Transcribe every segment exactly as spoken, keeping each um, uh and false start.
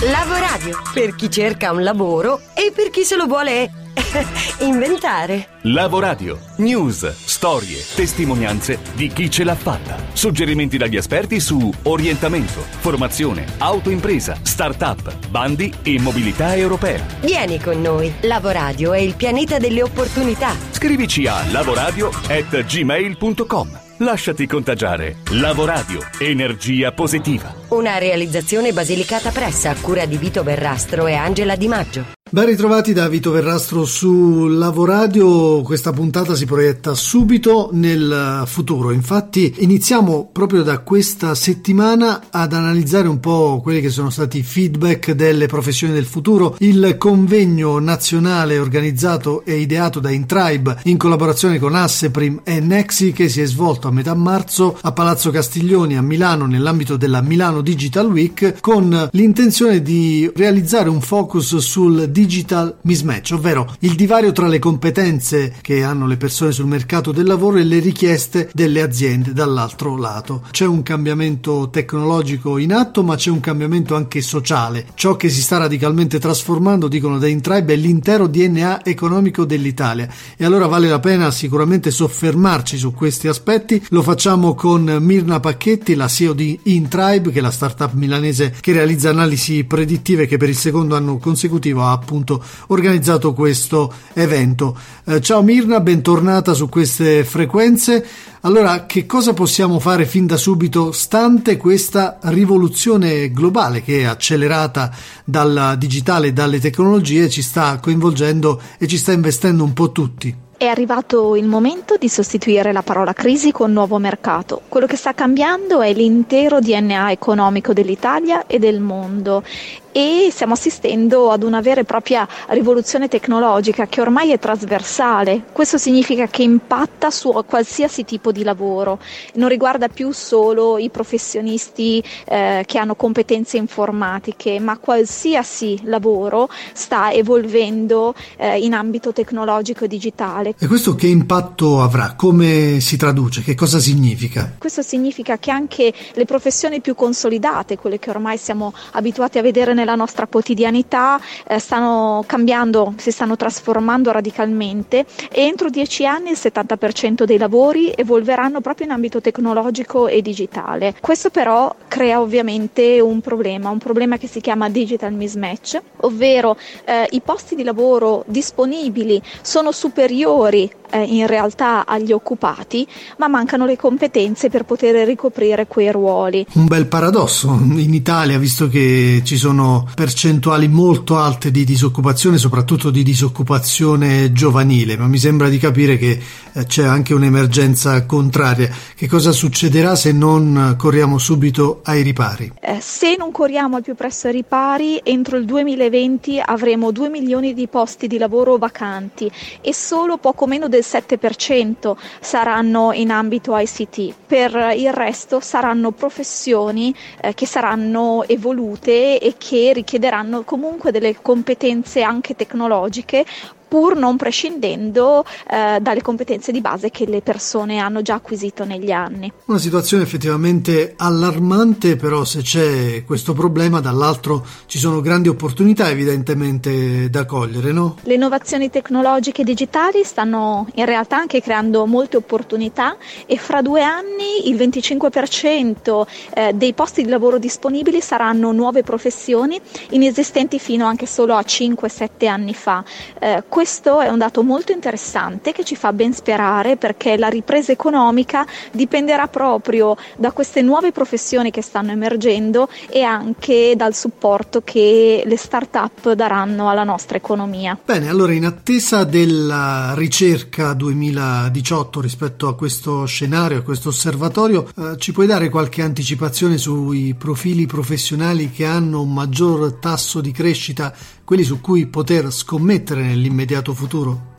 Lavoradio, per chi cerca un lavoro e per chi se lo vuole inventare. Lavoradio, news, storie, testimonianze di chi ce l'ha fatta. Suggerimenti dagli esperti su orientamento, formazione, autoimpresa, start-up, bandi e mobilità europea. Vieni con noi. Lavoradio è il pianeta delle opportunità. Scrivici a lavoradio at gmail punto com. Lasciati contagiare. Lavoradio, energia positiva. Una realizzazione Basilicata Press a cura di Vito Verrastro e Angela Di Maggio. Ben ritrovati da Vito Verrastro su Lavoradio. Questa puntata si proietta subito nel futuro. Infatti iniziamo proprio da questa settimana ad analizzare un po' quelli che sono stati i feedback delle professioni del futuro. Il convegno nazionale organizzato e ideato da Intribe in collaborazione con Asseprim e Nexi, che si è svolto a metà marzo a Palazzo Castiglioni a Milano nell'ambito della Milano Digital Week, con l'intenzione di realizzare un focus sul digital mismatch, ovvero il divario tra le competenze che hanno le persone sul mercato del lavoro e le richieste delle aziende dall'altro lato. C'è un cambiamento tecnologico in atto, ma c'è un cambiamento anche sociale. Ciò che si sta radicalmente trasformando, dicono da Intribe, è l'intero D N A economico dell'Italia, e allora vale la pena sicuramente soffermarci su questi aspetti. Lo facciamo con Mirna Pacchetti, la C E O di Intribe, che è la startup milanese che realizza analisi predittive, che per il secondo anno consecutivo ha appunto organizzato questo evento. Eh, ciao Mirna, bentornata su queste frequenze. Allora, che cosa possiamo fare fin da subito, stante questa rivoluzione globale che è accelerata dal digitale e dalle tecnologie, ci sta coinvolgendo e ci sta investendo un po' tutti? È arrivato il momento di sostituire la parola crisi con nuovo mercato. Quello che sta cambiando è l'intero D N A economico dell'Italia e del mondo, e stiamo assistendo ad una vera e propria rivoluzione tecnologica che ormai è trasversale. Questo significa che impatta su qualsiasi tipo di lavoro, non riguarda più solo i professionisti eh, che hanno competenze informatiche, ma qualsiasi lavoro sta evolvendo eh, in ambito tecnologico e digitale. E questo che impatto avrà? Come si traduce? Che cosa significa? Questo significa che anche le professioni più consolidate, quelle che ormai siamo abituati a vedere nella nostra quotidianità, eh, stanno cambiando, si stanno trasformando radicalmente, e entro dieci anni il settanta per cento dei lavori evolveranno proprio in ambito tecnologico e digitale. Questo però crea ovviamente un problema, un problema che si chiama digital mismatch, ovvero eh, i posti di lavoro disponibili sono superiori eh, in realtà agli occupati, ma mancano le competenze per poter ricoprire quei ruoli. Un bel paradosso in Italia, visto che ci sono percentuali molto alte di disoccupazione, soprattutto di disoccupazione giovanile, ma mi sembra di capire che eh, c'è anche un'emergenza contraria. Che cosa succederà se non corriamo subito ai ripari? Eh, se non corriamo al più presto ai ripari, entro il duemilaventi avremo due milioni di posti di lavoro vacanti, e solo poco meno del sette per cento saranno in ambito I C T. Per il resto saranno professioni eh, che saranno evolute e che richiederanno comunque delle competenze anche tecnologiche, pur non prescindendo eh, dalle competenze di base che le persone hanno già acquisito negli anni. Una situazione effettivamente allarmante, però se c'è questo problema, dall'altro ci sono grandi opportunità evidentemente da cogliere, no? Le innovazioni tecnologiche e digitali stanno in realtà anche creando molte opportunità, e fra due anni il venticinque per cento eh, dei posti di lavoro disponibili saranno nuove professioni inesistenti fino anche solo a cinque sette anni fa. Eh, Questo è un dato molto interessante che ci fa ben sperare, perché la ripresa economica dipenderà proprio da queste nuove professioni che stanno emergendo e anche dal supporto che le start-up daranno alla nostra economia. Bene, allora in attesa della ricerca duemiladiciotto rispetto a questo scenario, a questo osservatorio, eh, ci puoi dare qualche anticipazione sui profili professionali che hanno un maggior tasso di crescita, quelli su cui poter scommettere nell'immediato futuro?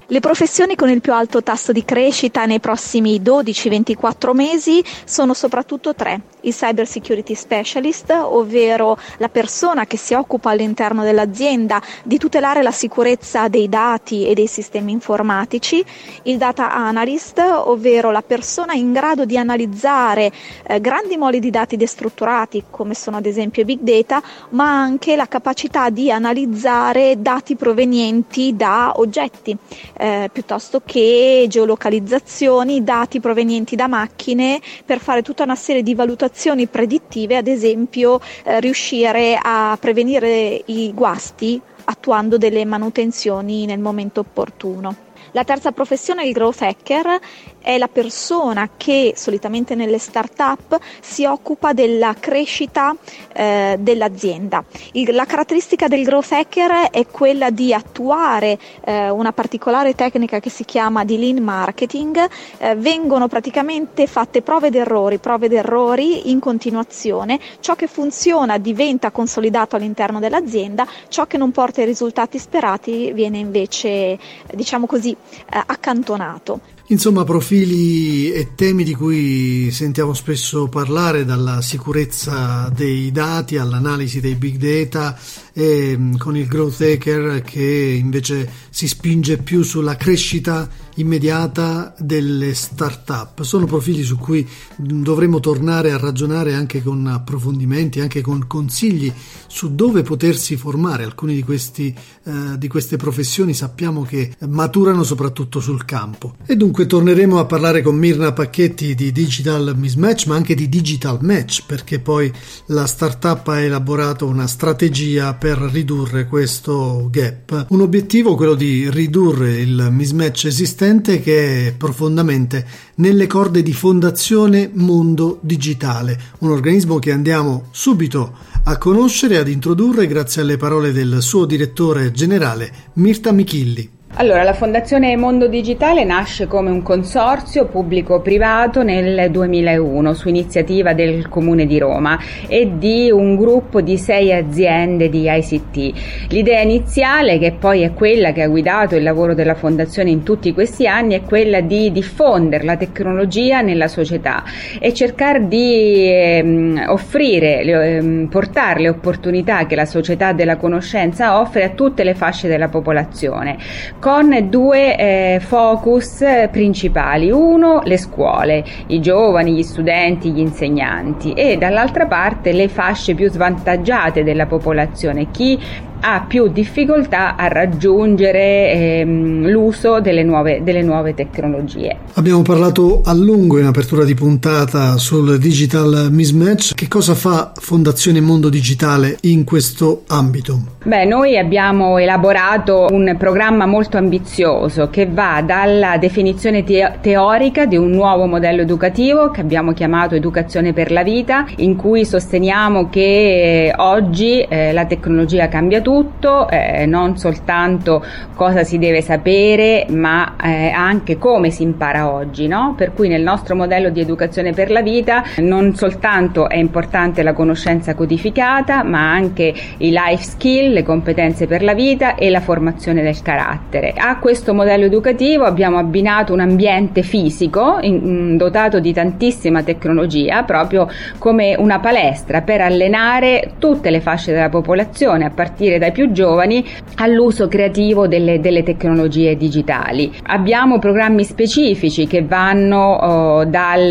Le professioni con il più alto tasso di crescita nei prossimi dodici ventiquattro mesi sono soprattutto tre: il cyber security specialist, ovvero la persona che si occupa all'interno dell'azienda di tutelare la sicurezza dei dati e dei sistemi informatici; il data analyst, ovvero la persona in grado di analizzare eh, grandi moli di dati destrutturati, come sono ad esempio i big data, ma anche la capacità di analizzare dati provenienti da oggetti, eh, piuttosto che geolocalizzazioni, dati provenienti da macchine, per fare tutta una serie di valutazioni predittive, ad esempio eh, riuscire a prevenire i guasti attuando delle manutenzioni nel momento opportuno. La terza professione è il growth hacker, è la persona che solitamente nelle start-up si occupa della crescita eh, dell'azienda. Il, la caratteristica del growth hacker è quella di attuare eh, una particolare tecnica che si chiama di lean marketing. Eh, vengono praticamente fatte prove ed errori, prove ed errori in continuazione. Ciò che funziona diventa consolidato all'interno dell'azienda, ciò che non porta i risultati sperati viene invece, diciamo così, eh, accantonato. Insomma, profili e temi di cui sentiamo spesso parlare, dalla sicurezza dei dati all'analisi dei big data, e con il growth hacker che invece si spinge più sulla crescita immediata delle start-up. Sono profili su cui dovremo tornare a ragionare anche con approfondimenti, anche con consigli su dove potersi formare. Alcuni di questi eh, di queste professioni sappiamo che maturano soprattutto sul campo. E dunque torneremo a parlare con Mirna Pacchetti di Digital Mismatch, ma anche di Digital Match, perché poi la startup ha elaborato una strategia per ridurre questo gap. Un obiettivo, quello di ridurre il mismatch esistente, che è profondamente nelle corde di Fondazione Mondo Digitale, un organismo che andiamo subito a conoscere e ad introdurre grazie alle parole del suo direttore generale Mirta Michilli. Allora, la Fondazione Mondo Digitale nasce come un consorzio pubblico-privato nel duemilauno su iniziativa del Comune di Roma e di un gruppo di sei aziende di I C T. L'idea iniziale, che poi è quella che ha guidato il lavoro della Fondazione in tutti questi anni, è quella di diffondere la tecnologia nella società e cercare di ehm, offrire, ehm, portare le opportunità che la società della conoscenza offre a tutte le fasce della popolazione, con due eh, focus principali: uno, le scuole, i giovani, gli studenti, gli insegnanti, e dall'altra parte le fasce più svantaggiate della popolazione, chi ha più difficoltà a raggiungere ehm, l'uso delle nuove, delle nuove tecnologie. Abbiamo parlato a lungo in apertura di puntata sul Digital Mismatch. Che cosa fa Fondazione Mondo Digitale in questo ambito? Beh, noi abbiamo elaborato un programma molto ambizioso che va dalla definizione te- teorica di un nuovo modello educativo che abbiamo chiamato Educazione per la Vita, in cui sosteniamo che eh, oggi eh, la tecnologia cambia tutto. Tutto, eh, non soltanto cosa si deve sapere, ma eh, anche come si impara oggi, no? Per cui nel nostro modello di educazione per la vita non soltanto è importante la conoscenza codificata, ma anche i life skill, le competenze per la vita e la formazione del carattere. A questo modello educativo abbiamo abbinato un ambiente fisico in, dotato di tantissima tecnologia, proprio come una palestra per allenare tutte le fasce della popolazione, a partire dai più giovani all'uso creativo delle, delle tecnologie digitali. Abbiamo programmi specifici che vanno oh, dal,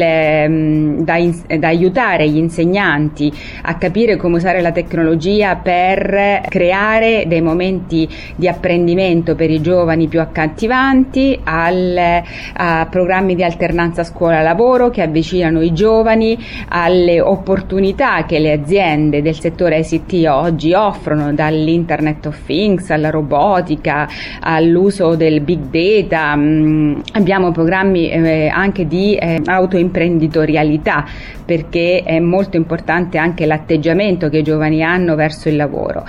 da, da aiutare gli insegnanti a capire come usare la tecnologia per creare dei momenti di apprendimento per i giovani più accattivanti, al, a programmi di alternanza scuola-lavoro che avvicinano i giovani alle opportunità che le aziende del settore I C T oggi offrono, dall'internet Internet of Things alla robotica, all'uso del big data. Mm, abbiamo programmi eh, anche di eh, autoimprenditorialità, perché è molto importante anche l'atteggiamento che i giovani hanno verso il lavoro,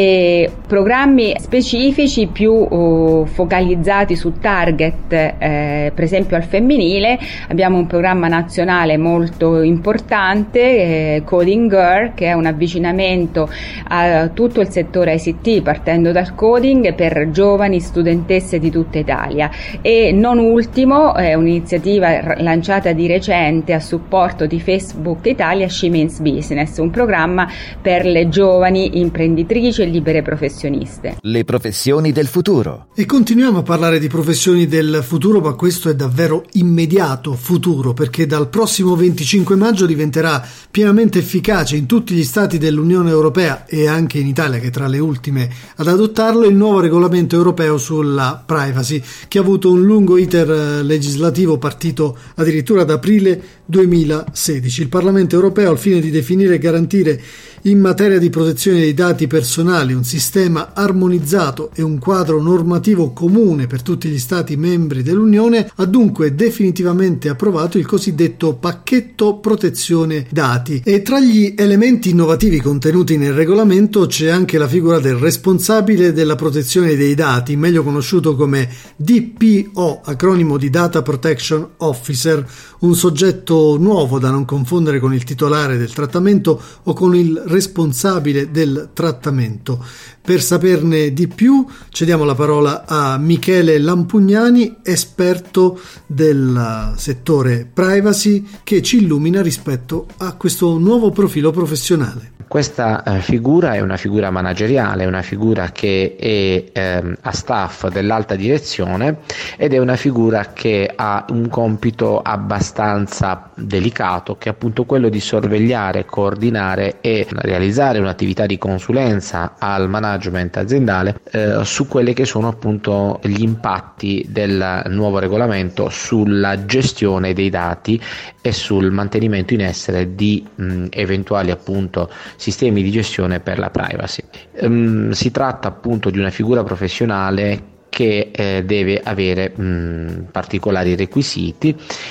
e programmi specifici più oh, focalizzati su target, eh, per esempio al femminile. Abbiamo un programma nazionale molto importante, eh, Coding Girl, che è un avvicinamento a tutto il settore settore I C T, partendo dal coding per giovani studentesse di tutta Italia. E non ultimo è un'iniziativa lanciata di recente a supporto di Facebook Italia, She Means Business, un programma per le giovani imprenditrici e libere professioniste. Le professioni del futuro. E continuiamo a parlare di professioni del futuro, ma questo è davvero immediato futuro, perché dal prossimo venticinque maggio diventerà pienamente efficace in tutti gli stati dell'Unione Europea e anche in Italia, che è tra le ultime ad adottarlo, il nuovo regolamento europeo sulla privacy, che ha avuto un lungo iter legislativo partito addirittura ad aprile duemilasedici. Il Parlamento europeo, al fine di definire e garantire in materia di protezione dei dati personali un sistema armonizzato e un quadro normativo comune per tutti gli stati membri dell'Unione, ha dunque definitivamente approvato il cosiddetto pacchetto protezione dati. E tra gli elementi innovativi contenuti nel regolamento c'è anche la figura del responsabile della protezione dei dati, meglio conosciuto come D P O, acronimo di Data Protection Officer, un soggetto nuovo da non confondere con il titolare del trattamento o con il responsabile del trattamento. Per saperne di più cediamo la parola a Michele Lampugnani, esperto del settore privacy, che ci illumina rispetto a questo nuovo profilo professionale. Questa eh, figura è una figura manageriale, una figura che è ehm, a staff dell'alta direzione ed è una figura che ha un compito abbastanza delicato, che è appunto quello di sorvegliare, coordinare e realizzare un'attività di consulenza al management aziendale eh, su quelli che sono appunto gli impatti del nuovo regolamento sulla gestione dei dati e sul mantenimento in essere di mh, eventuali appunto sistemi di gestione per la privacy. Um, si tratta appunto di una figura professionale che eh, deve avere mh, particolari requisiti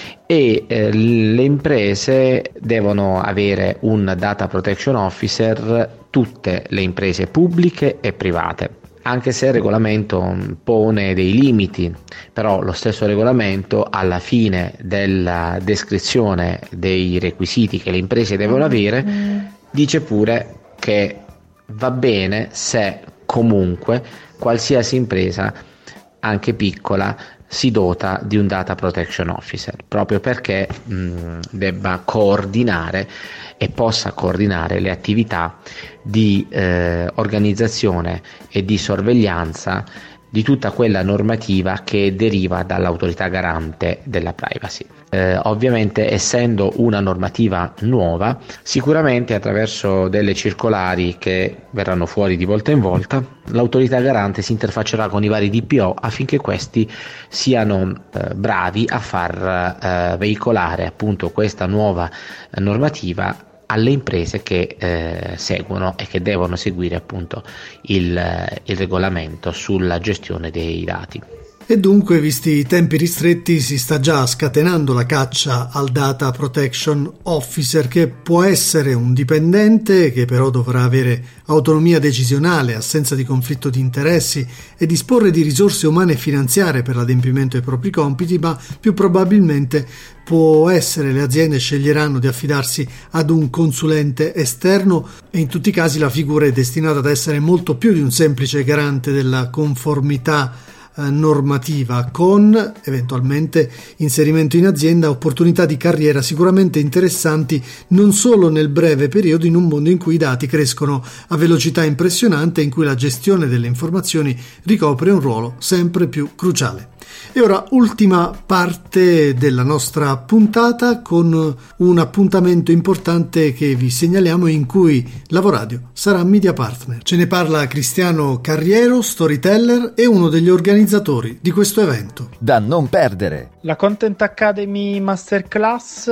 e eh, le imprese devono avere un Data Protection Officer, tutte le imprese pubbliche e private. Anche se il regolamento pone dei limiti, però lo stesso regolamento alla fine della descrizione dei requisiti che le imprese devono avere dice pure che va bene se comunque qualsiasi impresa, anche piccola, si dota di un Data Protection Officer, proprio perché mh, debba coordinare e possa coordinare le attività di eh, organizzazione e di sorveglianza di tutta quella normativa che deriva dall'autorità garante della privacy. Eh, ovviamente, essendo una normativa nuova, sicuramente attraverso delle circolari che verranno fuori di volta in volta, l'autorità garante si interfaccerà con i vari D P O affinché questi siano eh, bravi a far eh, veicolare appunto questa nuova eh, normativa alle imprese che eh, seguono e che devono seguire appunto il, il regolamento sulla gestione dei dati. E dunque, visti i tempi ristretti, si sta già scatenando la caccia al Data Protection Officer, che può essere un dipendente che però dovrà avere autonomia decisionale, assenza di conflitto di interessi e disporre di risorse umane e finanziarie per l'adempimento dei propri compiti, ma più probabilmente può essere le aziende sceglieranno di affidarsi ad un consulente esterno, e in tutti i casi la figura è destinata ad essere molto più di un semplice garante della conformità normativa, con eventualmente inserimento in azienda, opportunità di carriera sicuramente interessanti non solo nel breve periodo, in un mondo in cui i dati crescono a velocità impressionante e in cui la gestione delle informazioni ricopre un ruolo sempre più cruciale. E ora ultima parte della nostra puntata con un appuntamento importante che vi segnaliamo, in cui Lavoradio sarà media partner. Ce ne parla Cristiano Carriero, storyteller e uno degli organizzatori di questo evento. Da non perdere. La Content Academy Masterclass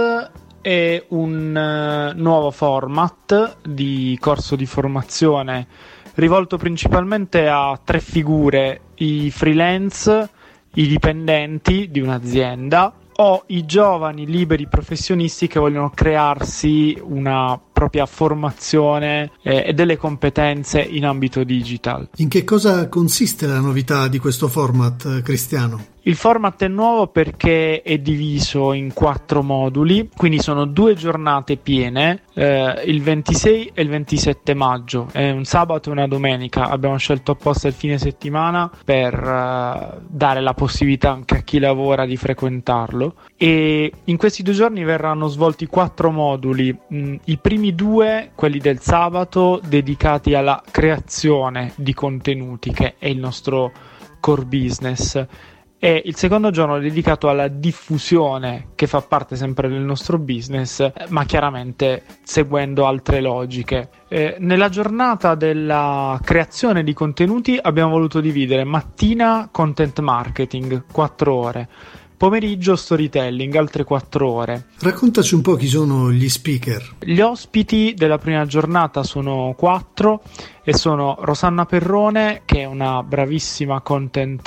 è un uh, nuovo format di corso di formazione rivolto principalmente a tre figure: i freelance, i dipendenti di un'azienda o i giovani liberi professionisti che vogliono crearsi una propria formazione eh, e delle competenze in ambito digital. In che cosa consiste la novità di questo format, Cristiano? Il format è nuovo perché è diviso in quattro moduli, quindi sono due giornate piene, eh, il ventisei e il ventisette maggio, è un sabato e una domenica. Abbiamo scelto apposta il fine settimana per uh, dare la possibilità anche a chi lavora di frequentarlo, e in questi due giorni verranno svolti quattro moduli. Mm, i primi due, quelli del sabato, dedicati alla creazione di contenuti, che è il nostro core business, e il secondo giorno è dedicato alla diffusione, che fa parte sempre del nostro business, ma chiaramente seguendo altre logiche. Eh, nella giornata della creazione di contenuti abbiamo voluto dividere mattina content marketing, quattro ore, pomeriggio storytelling, altre quattro ore. Raccontaci un po' chi sono gli speaker. Gli ospiti della prima giornata sono quattro e sono Rosanna Perrone, che è una bravissima content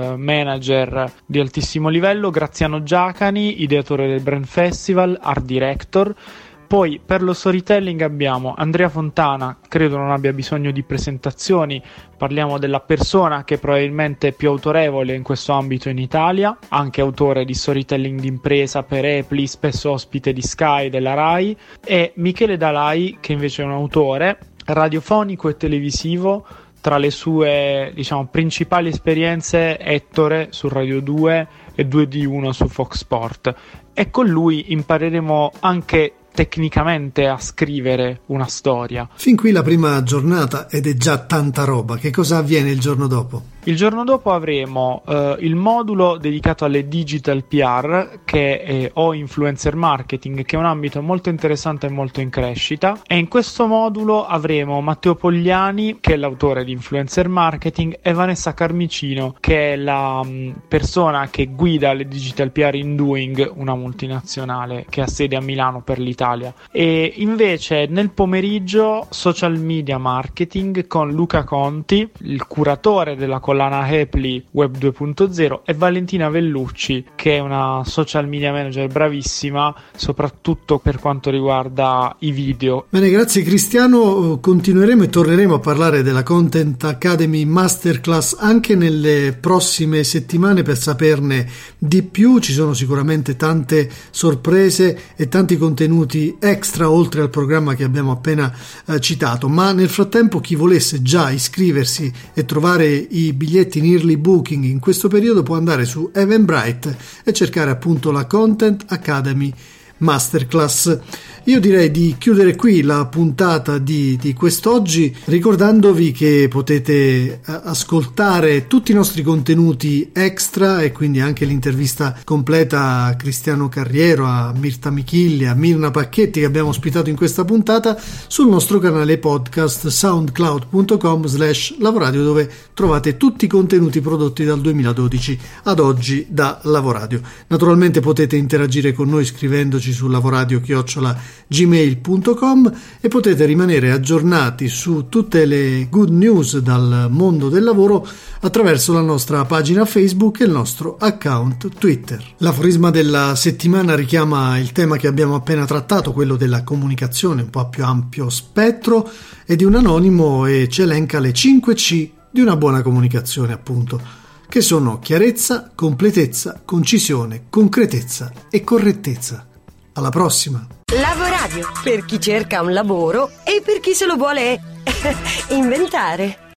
manager di altissimo livello, Graziano Giacani, ideatore del Brand Festival, art director. Poi per lo storytelling abbiamo Andrea Fontana, credo non abbia bisogno di presentazioni, parliamo della persona che probabilmente è più autorevole in questo ambito in Italia, anche autore di storytelling d'impresa per Epli, spesso ospite di Sky, della Rai, e Michele Dalai, che invece è un autore radiofonico e televisivo. Tra le sue, diciamo, principali esperienze, Ettore su Radio due e due di uno su Fox Sport, e con lui impareremo anche tecnicamente a scrivere una storia. Fin qui la prima giornata ed è già tanta roba. Che cosa avviene il giorno dopo? Il giorno dopo avremo eh, il modulo dedicato alle digital P R, che è, o influencer marketing, che è un ambito molto interessante e molto in crescita, e in questo modulo avremo Matteo Pogliani, che è l'autore di influencer marketing, e Vanessa Carmicino, che è la mh, persona che guida le digital P R in Doing, una multinazionale che ha sede a Milano per l'Italia. E invece nel pomeriggio social media marketing con Luca Conti, il curatore della collana Epli Web due punto zero, e Valentina Vellucci, che è una social media manager bravissima, soprattutto per quanto riguarda i video. Bene, grazie Cristiano. Continueremo e torneremo a parlare della Content Academy Masterclass anche nelle prossime settimane per saperne di più. Ci sono sicuramente tante sorprese e tanti contenuti extra oltre al programma che abbiamo appena eh, citato, ma nel frattempo chi volesse già iscriversi e trovare i biglietti in early booking in questo periodo può andare su Eventbrite e cercare appunto la Content Academy Masterclass. Io direi di chiudere qui la puntata di, di quest'oggi, ricordandovi che potete ascoltare tutti i nostri contenuti extra e quindi anche l'intervista completa a Cristiano Carriero, a Mirta Michilli, a Mirna Pacchetti che abbiamo ospitato in questa puntata sul nostro canale podcast soundcloud punto com slash lavoradio, dove trovate tutti i contenuti prodotti dal duemiladodici ad oggi da Lavoradio. Naturalmente potete interagire con noi scrivendoci su lavoradio chiocciola gmail punto com e potete rimanere aggiornati su tutte le good news dal mondo del lavoro attraverso la nostra pagina Facebook e il nostro account Twitter. L'aforisma della settimana richiama il tema che abbiamo appena trattato, quello della comunicazione, un po' a più ampio spettro, e di un anonimo, e ci elenca le cinque C di una buona comunicazione, appunto, che sono chiarezza, completezza, concisione, concretezza e correttezza. Alla prossima! Lavoradio, per chi cerca un lavoro e per chi se lo vuole inventare.